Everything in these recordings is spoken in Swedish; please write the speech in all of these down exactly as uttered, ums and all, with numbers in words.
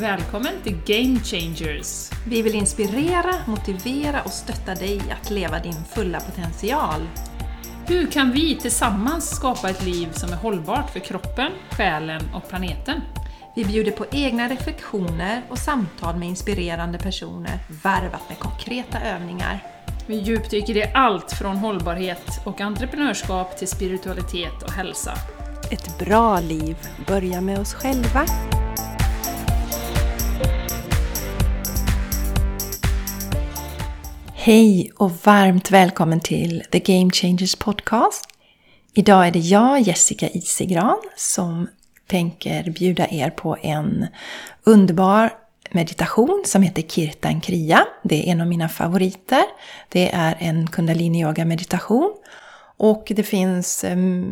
Välkommen till Game Changers. Vi vill inspirera, motivera och stötta dig att leva din fulla potential. Hur kan vi tillsammans skapa ett liv som är hållbart för kroppen, själen och planeten? Vi bjuder på egna reflektioner och samtal med inspirerande personer, varvat med konkreta övningar. Vi djupdyker i allt från hållbarhet och entreprenörskap till spiritualitet och hälsa. Ett bra liv börjar med oss själva. Hej och varmt välkommen till The Game Changers podcast. Idag är det jag, Jessica Isigran, som tänker bjuda er på en underbar meditation som heter Kirtan Kriya. Det är en av mina favoriter. Det är en kundalini yoga meditation. Och det finns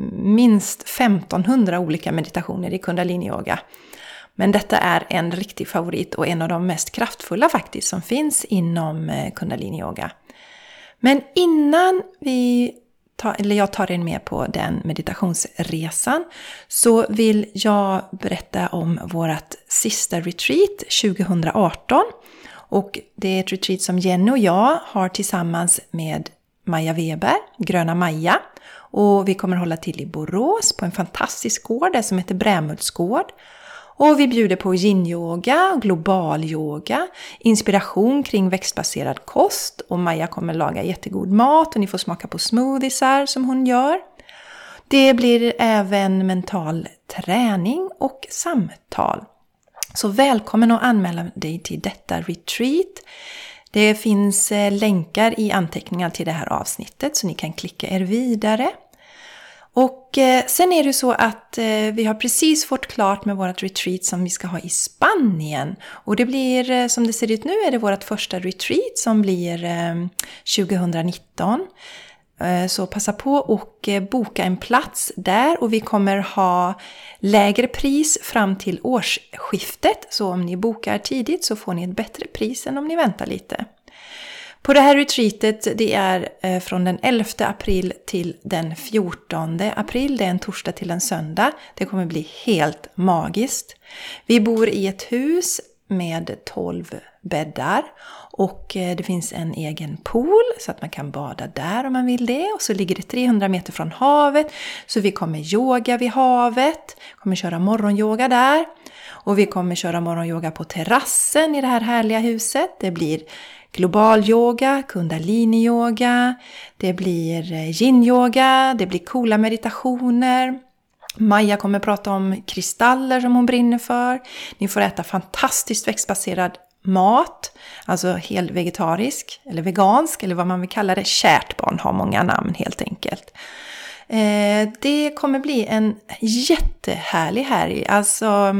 minst femtonhundra olika meditationer i kundalini yoga. Men detta är en riktig favorit och en av de mest kraftfulla faktiskt som finns inom kundalini yoga. Men innan vi tar, eller jag tar er med på den meditationsresan, så vill jag berätta om vårt sista retreat tjugo arton. Och det är ett retreat som Jenny och jag har tillsammans med Maja Weber, Gröna Maja. Och vi kommer hålla till i Borås på en fantastisk gård som heter Brämultsgård. Och vi bjuder på yin-yoga och global yoga, inspiration kring växtbaserad kost. Och Maja kommer laga jättegod mat och ni får smaka på smoothiesar som hon gör. Det blir även mental träning och samtal. Så välkommen att anmäla dig till detta retreat. Det finns länkar i anteckningar till det här avsnittet så ni kan klicka er vidare. Och sen är det så att vi har precis fått klart med vårt retreat som vi ska ha i Spanien. Och det blir, som det ser ut nu, är det vårt första retreat som blir tjugo nitton. Så passa på och boka en plats där, och vi kommer ha lägre pris fram till årsskiftet. Så om ni bokar tidigt så får ni ett bättre pris än om ni väntar lite. På det här retreatet, det är från den elfte april till den fjortonde april. Det är en torsdag till en söndag. Det kommer bli helt magiskt. Vi bor i ett hus med tolv bäddar. Och det finns en egen pool så att man kan bada där om man vill det. Och så ligger det trehundra meter från havet. Så vi kommer yoga vid havet. Kommer köra morgonyoga där. Och vi kommer köra morgonyoga på terrassen i det här härliga huset. Det blir global yoga, kundalini yoga, det blir yin yoga, det blir coola meditationer. Maja kommer prata om kristaller som hon brinner för. Ni får äta fantastiskt växtbaserad mat, alltså helt vegetarisk eller vegansk eller vad man vill kalla det. Kärt barn har många namn helt enkelt. Eh, det kommer bli en jättehärlig helg. Alltså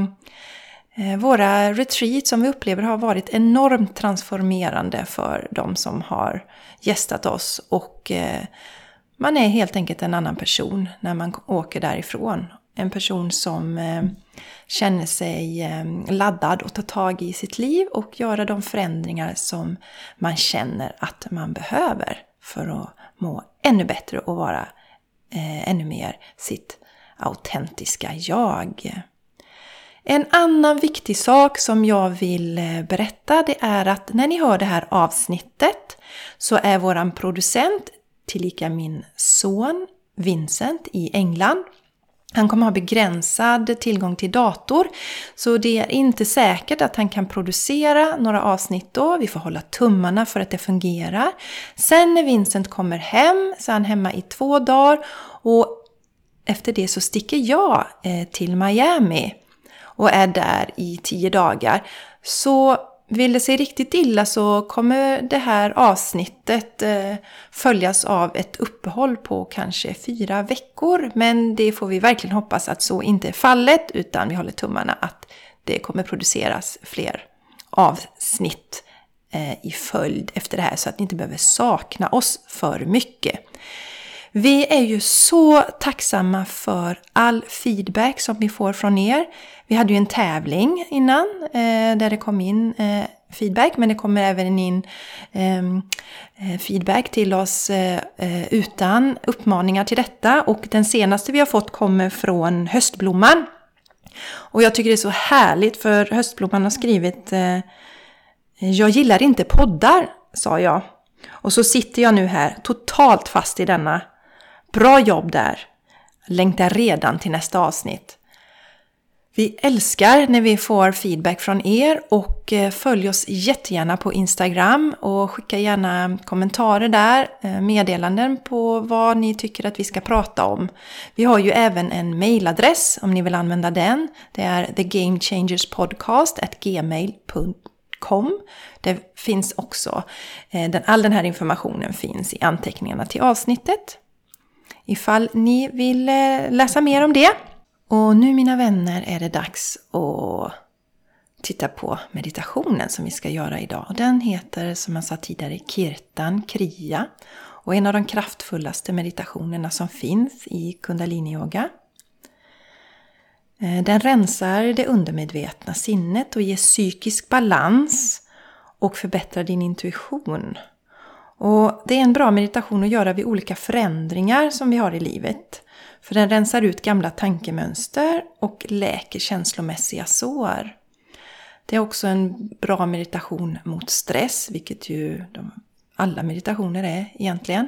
våra retreat som vi upplever har varit enormt transformerande för de som har gästat oss. Och eh, man är helt enkelt en annan person när man åker därifrån. En person som eh, känner sig eh, laddad och tar tag i sitt liv och göra de förändringar som man känner att man behöver för att må ännu bättre och vara eh, ännu mer sitt autentiska jag. En annan viktig sak som jag vill berätta, det är att när ni hör det här avsnittet så är våran producent, tillika min son Vincent i England. Han kommer ha begränsad tillgång till dator, så det är inte säkert att han kan producera några avsnitt då. Vi får hålla tummarna för att det fungerar. Sen när Vincent kommer hem så är han hemma i två dagar, och efter det så sticker jag till Miami och är där i tio dagar. Så vill det sig riktigt illa så kommer det här avsnittet eh, följas av ett uppehåll på kanske fyra veckor. Men det får vi verkligen hoppas att så inte är fallet, utan vi håller tummarna att det kommer produceras fler avsnitt eh, i följd efter det här, så att ni inte behöver sakna oss för mycket. Vi är ju så tacksamma för all feedback som vi får från er. Vi hade ju en tävling innan eh, där det kom in eh, feedback, men det kommer även in eh, feedback till oss eh, utan uppmaningar till detta. Och den senaste vi har fått kommer från Höstblomman. Och jag tycker det är så härligt, för Höstblomman har skrivit eh, jag gillar inte poddar, sa jag. Och så sitter jag nu här totalt fast i denna. Bra jobb där. Längtar redan till nästa avsnitt. Vi älskar när vi får feedback från er, och följ oss jättegärna på Instagram och skicka gärna kommentarer där, meddelanden på vad ni tycker att vi ska prata om. Vi har ju även en mailadress om ni vill använda den. Det är the game changers podcast at gmail dot com. Det finns också, all den här informationen finns i anteckningarna till avsnittet, ifall ni vill läsa mer om det. Och nu, mina vänner, är det dags att titta på meditationen som vi ska göra idag. Och den heter, som jag sa tidigare, Kirtan Kriya. Och en av de kraftfullaste meditationerna som finns i Kundalini Yoga. Den rensar det undermedvetna sinnet och ger psykisk balans och förbättrar din intuition. Och det är en bra meditation att göra vid olika förändringar som vi har i livet. För den rensar ut gamla tankemönster och läker känslomässiga sår. Det är också en bra meditation mot stress, vilket ju de, alla meditationer är egentligen.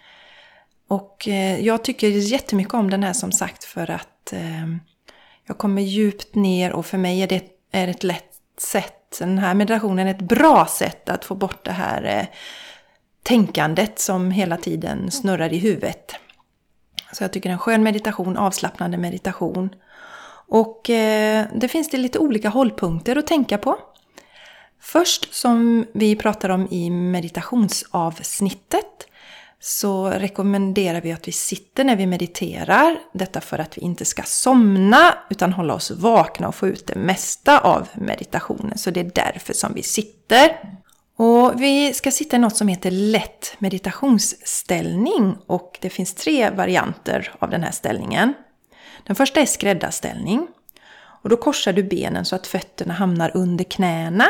Och eh, jag tycker jättemycket om den här, som sagt, för att eh, jag kommer djupt ner, och för mig är det är ett lätt sätt. Den här meditationen är ett bra sätt att få bort det här eh, tänkandet som hela tiden snurrar i huvudet. Så jag tycker det är en skön meditation, avslappnande meditation. Och eh, det finns det lite olika hållpunkter att tänka på. Först, som vi pratar om i meditationsavsnittet, så rekommenderar vi att vi sitter när vi mediterar. Detta för att vi inte ska somna utan hålla oss vakna och få ut det mesta av meditationen. Så det är därför som vi sitter. Och vi ska sitta i något som heter lätt meditationsställning, och det finns tre varianter av den här ställningen. Den första är skräddarställning, och då korsar du benen så att fötterna hamnar under knäna.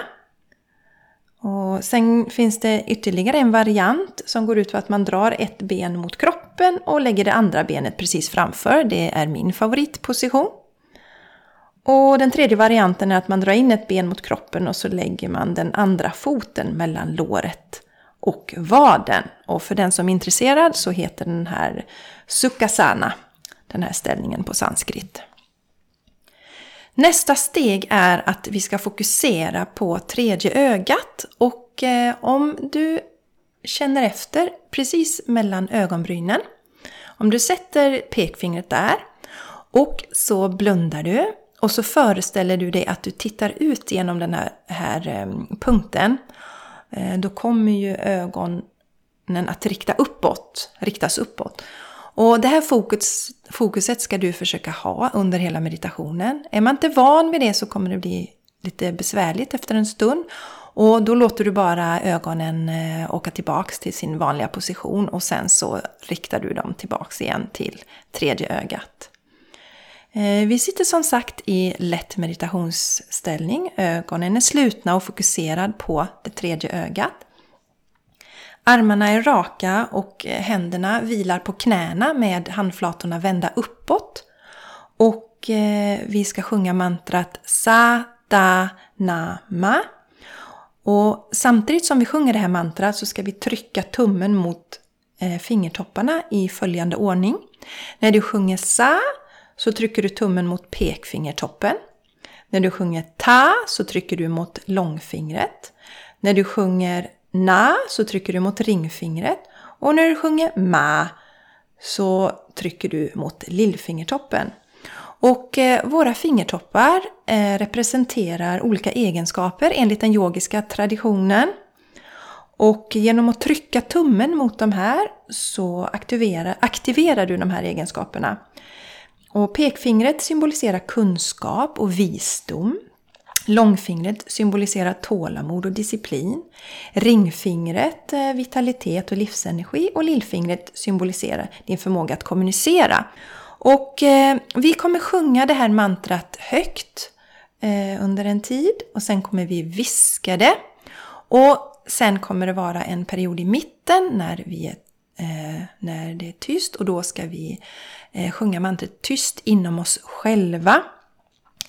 Och sen finns det ytterligare en variant som går ut på att man drar ett ben mot kroppen och lägger det andra benet precis framför. Det är min favoritposition. Och den tredje varianten är att man drar in ett ben mot kroppen och så lägger man den andra foten mellan låret och vaden. Och för den som är intresserad så heter den här Sukhasana, den här ställningen på sanskrit. Nästa steg är att vi ska fokusera på tredje ögat, och eh, om du känner efter precis mellan ögonbrynen, om du sätter pekfingret där och så blundar du. Och så föreställer du dig att du tittar ut genom den här, här punkten. Då kommer ju ögonen att rikta uppåt, riktas uppåt. Och det här fokus, fokuset ska du försöka ha under hela meditationen. Är man inte van vid det så kommer det bli lite besvärligt efter en stund. Och då låter du bara ögonen åka tillbaks till sin vanliga position, och sen så riktar du dem tillbaks igen till tredje ögat. Vi sitter som sagt i lätt meditationsställning. Ögonen är slutna och fokuserad på det tredje ögat. Armarna är raka och händerna vilar på knäna med handflatorna vända uppåt. Och vi ska sjunga mantrat Sa-ta-na-ma. Och samtidigt som vi sjunger det här mantrat så ska vi trycka tummen mot fingertopparna i följande ordning. När du sjunger Sa så trycker du tummen mot pekfingertoppen. När du sjunger ta så trycker du mot långfingret. När du sjunger na så trycker du mot ringfingret. Och när du sjunger ma så trycker du mot lillfingertoppen. Och eh, våra fingertoppar eh, representerar olika egenskaper enligt den yogiska traditionen. Och genom att trycka tummen mot de här så aktiverar, aktiverar du de här egenskaperna. Och pekfingret symboliserar kunskap och visdom. Långfingret symboliserar tålamod och disciplin. Ringfingret vitalitet och livsenergi. Och lillfingret symboliserar din förmåga att kommunicera. Och eh, vi kommer sjunga det här mantrat högt eh, under en tid. Och sen kommer vi viska det. Och sen kommer det vara en period i mitten när, vi är, eh, när det är tyst. Och då ska vi eh, sjunga mantrat tyst inom oss själva.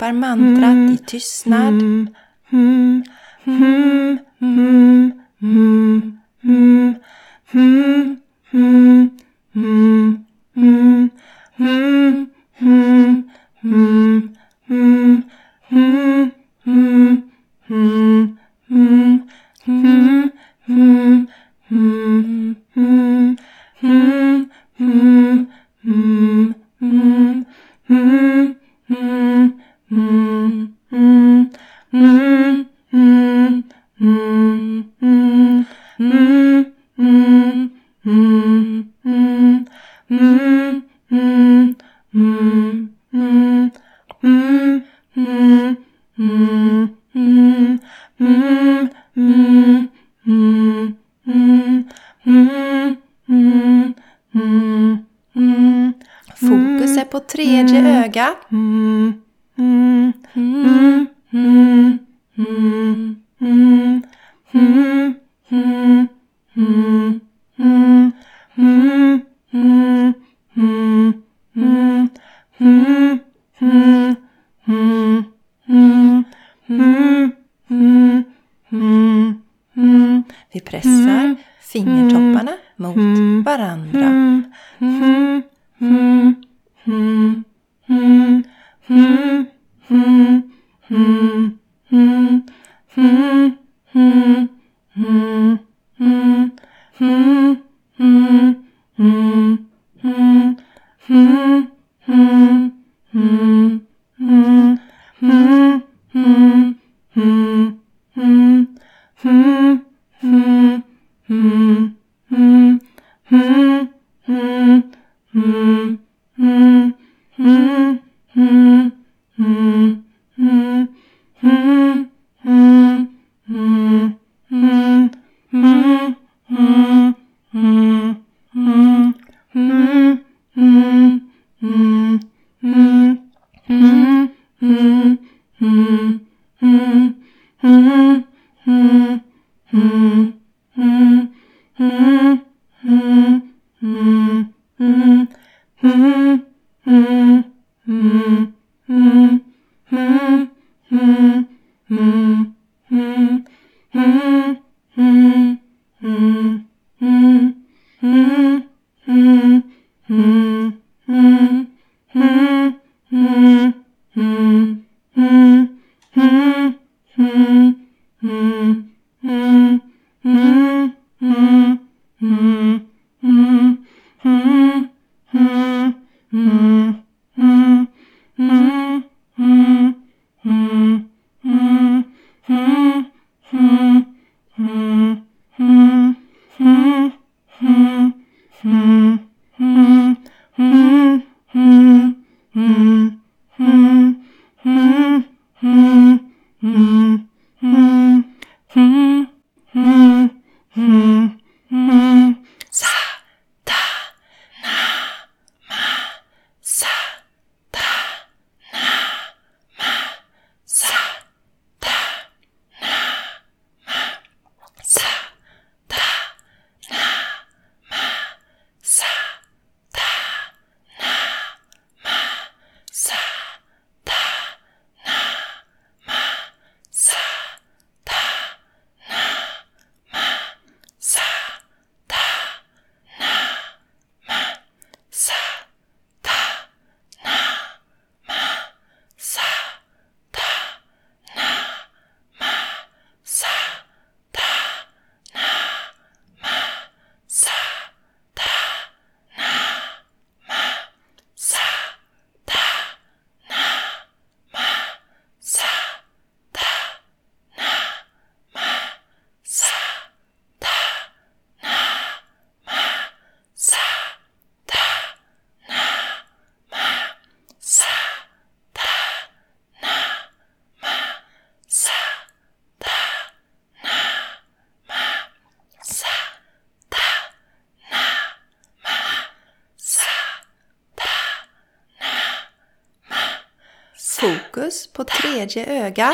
upprepar mantrat i tystnad. Fokus är på tredje ögat. Vi pressar fingertopparna mot varandra. Fokus på tredje ögat.